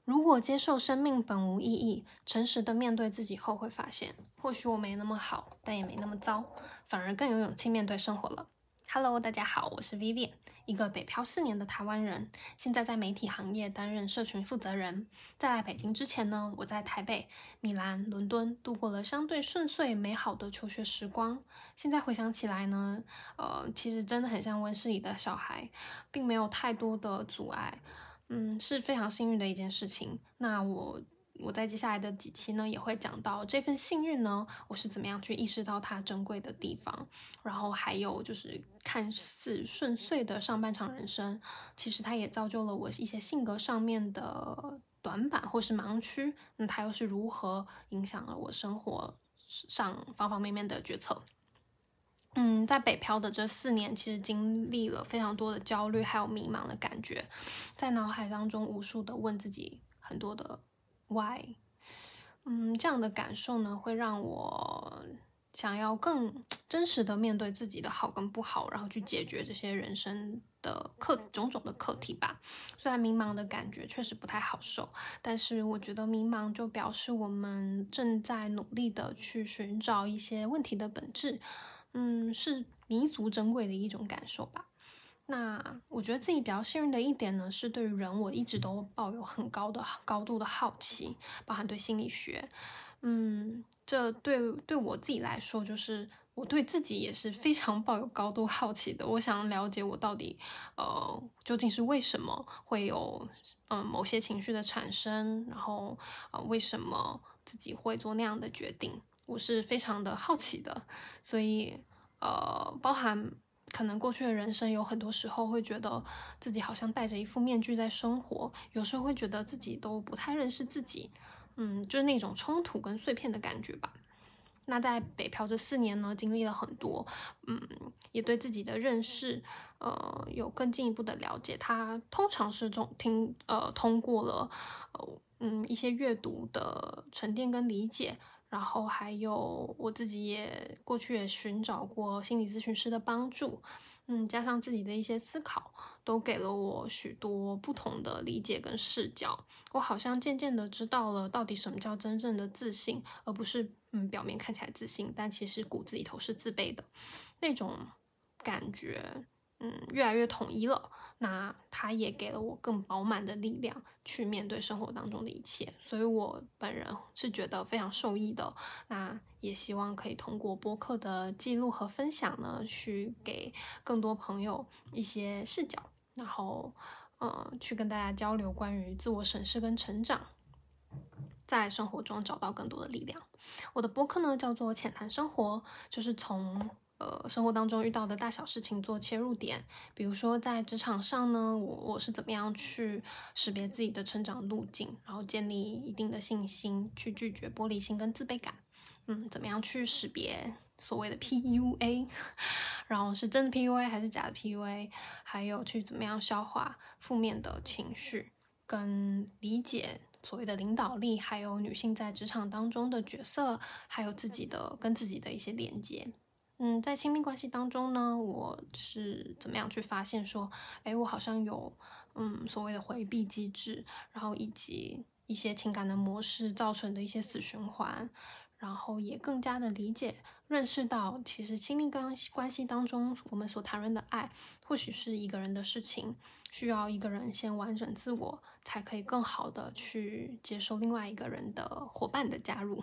如果接受生命本无意义，诚实的面对自己后，会发现，或许我没那么好，但也没那么糟，反而更有勇气面对生活了。Hello， 大家好，我是 Vivian， 一个北漂4年的台湾人，现在在媒体行业担任社群负责人。在来北京之前呢，我在台北、米兰、伦敦度过了相对顺遂美好的求学时光。现在回想起来呢，其实真的很像温室里的小孩，并没有太多的阻碍。是非常幸运的一件事情。那我在接下来的几期呢，也会讲到这份幸运呢，我是怎么样去意识到它珍贵的地方，然后还有就是看似顺遂的上半场人生，其实它也造就了我一些性格上面的短板或是盲区，那它又是如何影响了我生活上方方面面的决策。在北漂的这4年，其实经历了非常多的焦虑，还有迷茫的感觉，在脑海当中无数的问自己很多的 why。这样的感受呢，会让我想要更真实的面对自己的好跟不好，然后去解决这些人生的种种的课题吧。虽然迷茫的感觉确实不太好受，但是我觉得迷茫就表示我们正在努力的去寻找一些问题的本质。是弥足珍贵的一种感受吧。那我觉得自己比较幸运的一点呢，是对于人我一直都抱有很高度的好奇，包含对心理学。这对我自己来说，就是我对自己也是非常抱有高度好奇的。我想了解我到底究竟是为什么会有某些情绪的产生，然后为什么自己会做那样的决定。我是非常的好奇的，所以包含可能过去的人生有很多时候会觉得自己好像戴着一副面具在生活，有时候会觉得自己都不太认识自己，就是那种冲突跟碎片的感觉吧。那在北漂这4年呢，经历了很多，也对自己的认识，有更进一步的了解。它通常是通过了，一些阅读的沉淀跟理解。然后还有我自己过去也寻找过心理咨询师的帮助，加上自己的一些思考，都给了我许多不同的理解跟视角。我好像渐渐的知道了到底什么叫真正的自信，而不是表面看起来自信，但其实骨子里头是自卑的那种感觉。越来越统一了，那它也给了我更饱满的力量去面对生活当中的一切，所以我本人是觉得非常受益的。那也希望可以通过播客的记录和分享呢，去给更多朋友一些视角，然后去跟大家交流关于自我审视跟成长，在生活中找到更多的力量。我的播客呢叫做浅谈生活，就是从生活当中遇到的大小事情做切入点，比如说在职场上呢，我是怎么样去识别自己的成长路径，然后建立一定的信心，去拒绝玻璃心跟自卑感。怎么样去识别所谓的 PUA， 然后是真的 PUA 还是假的 PUA， 还有去怎么样消化负面的情绪，跟理解所谓的领导力，还有女性在职场当中的角色，还有跟自己的一些连接。在亲密关系当中呢，我是怎么样去发现说，我好像有所谓的回避机制，然后以及一些情感的模式造成的一些死循环，然后也更加的理解认识到，其实亲密关系当中我们所谈论的爱，或许是一个人的事情，需要一个人先完整自我，才可以更好的去接受另外一个人的伙伴的加入。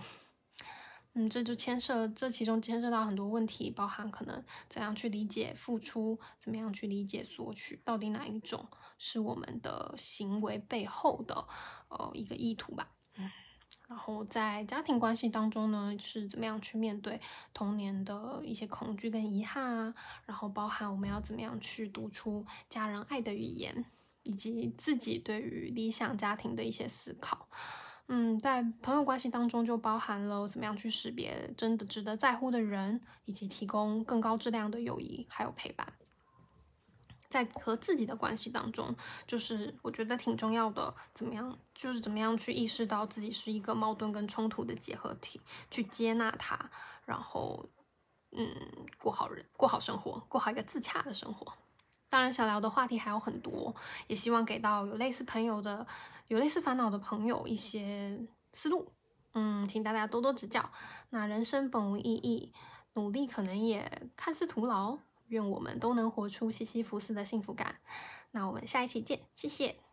这其中牵涉到很多问题，包含可能怎样去理解付出，怎么样去理解索取，到底哪一种是我们的行为背后的一个意图吧。然后在家庭关系当中呢，是怎么样去面对童年的一些恐惧跟遗憾啊，然后包含我们要怎么样去读出家人爱的语言，以及自己对于理想家庭的一些思考。在朋友关系当中就包含了怎么样去识别真的值得在乎的人，以及提供更高质量的友谊还有陪伴。在和自己的关系当中，就是我觉得挺重要的，怎么样去意识到自己是一个矛盾跟冲突的结合体，去接纳它，然后过好生活，过好一个自洽的生活。 当然，想聊的话题还有很多，也希望给到有类似烦恼的朋友一些思路。请大家多多指教。那人生本无意义，努力可能也看似徒劳。愿我们都能活出西西弗斯的幸福感。那我们下一期见，谢谢。